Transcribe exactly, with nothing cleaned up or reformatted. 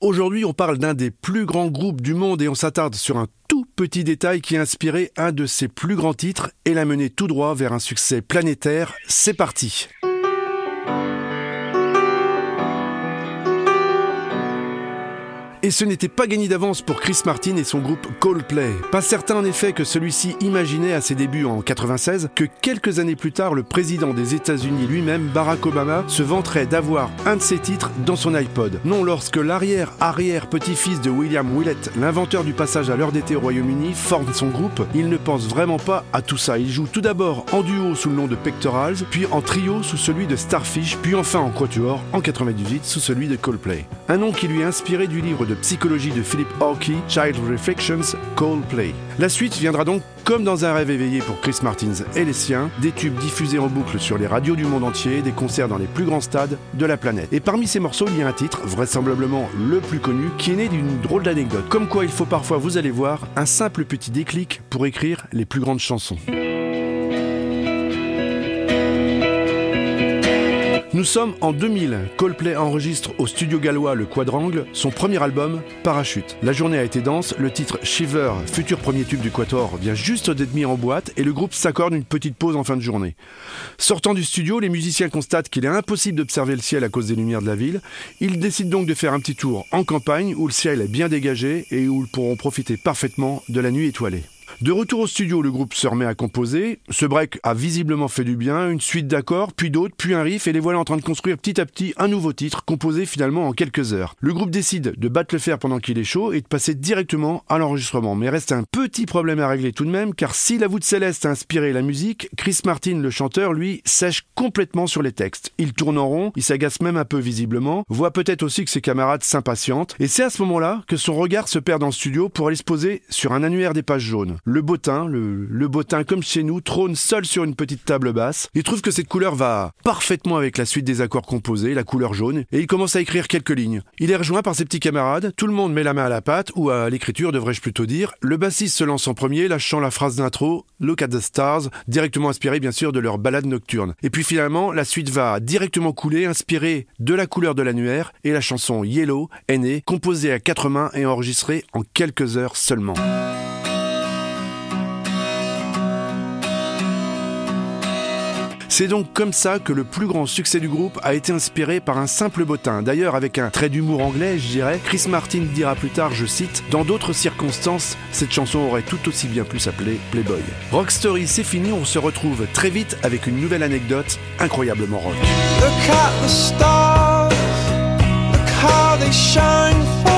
Aujourd'hui, on parle d'un des plus grands groupes du monde et on s'attarde sur un tout petit détail qui a inspiré un de ses plus grands titres et l'a mené tout droit vers un succès planétaire. C'est parti! Et ce n'était pas gagné d'avance pour Chris Martin et son groupe Coldplay. Pas certain en effet que celui-ci imaginait à ses débuts en quatre-vingt-seize que quelques années plus tard, le président des États-Unis lui-même, Barack Obama, se vanterait d'avoir un de ses titres dans son iPod. Non, lorsque l'arrière-arrière-petit-fils de William Willett, l'inventeur du passage à l'heure d'été au Royaume-Uni, forme son groupe, il ne pense vraiment pas à tout ça. Il joue tout d'abord en duo sous le nom de Pectorals, puis en trio sous celui de Starfish, puis enfin en quatuor en quatre-vingt-dix-huit sous celui de Coldplay. Un nom qui lui est inspiré du livre de de psychologie de Philip Hawkey, Child Reflections, Coldplay. La suite viendra donc comme dans un rêve éveillé pour Chris Martin et les siens, des tubes diffusés en boucle sur les radios du monde entier, des concerts dans les plus grands stades de la planète. Et parmi ces morceaux, il y a un titre, vraisemblablement le plus connu, qui est né d'une drôle d'anecdote. Comme quoi il faut parfois, vous allez voir, un simple petit déclic pour écrire les plus grandes chansons. Nous sommes en deux mille. Coldplay enregistre au studio gallois Le Quadrangle son premier album, Parachute. La journée a été dense, le titre Shiver, futur premier tube du Quatuor, vient juste d'être mis en boîte et le groupe s'accorde une petite pause en fin de journée. Sortant du studio, les musiciens constatent qu'il est impossible d'observer le ciel à cause des lumières de la ville. Ils décident donc de faire un petit tour en campagne où le ciel est bien dégagé et où ils pourront profiter parfaitement de la nuit étoilée. De retour au studio, le groupe se remet à composer. Ce break a visiblement fait du bien, une suite d'accords, puis d'autres, puis un riff, et les voilà en train de construire petit à petit un nouveau titre, composé finalement en quelques heures. Le groupe décide de battre le fer pendant qu'il est chaud et de passer directement à l'enregistrement. Mais reste un petit problème à régler tout de même, car si La voûte céleste a inspiré la musique, Chris Martin, le chanteur, lui, sèche complètement sur les textes. Il tourne en rond, il s'agace même un peu visiblement, voit peut-être aussi que ses camarades s'impatientent, et c'est à ce moment-là que son regard se perd dans le studio pour aller se poser sur un annuaire des pages jaunes. Le bottin, le, le bottin comme chez nous, trône seul sur une petite table basse. Il trouve que cette couleur va parfaitement avec la suite des accords composés, la couleur jaune, et il commence à écrire quelques lignes. Il est rejoint par ses petits camarades, tout le monde met la main à la pâte, ou à l'écriture devrais-je plutôt dire. Le bassiste se lance en premier, lâchant la phrase d'intro « Look at the stars », directement inspirée bien sûr de leur balade nocturne. Et puis finalement, la suite va directement couler, inspirée de la couleur de l'annuaire, et la chanson « Yellow » est née, composée à quatre mains et enregistrée en quelques heures seulement. C'est donc comme ça que le plus grand succès du groupe a été inspiré par un simple bottin. D'ailleurs, avec un trait d'humour anglais, je dirais, Chris Martin dira plus tard, je cite, « Dans d'autres circonstances, cette chanson aurait tout aussi bien pu s'appeler Playboy ». Rock Story, c'est fini, on se retrouve très vite avec une nouvelle anecdote incroyablement rock. Look at the stars, look how they shine.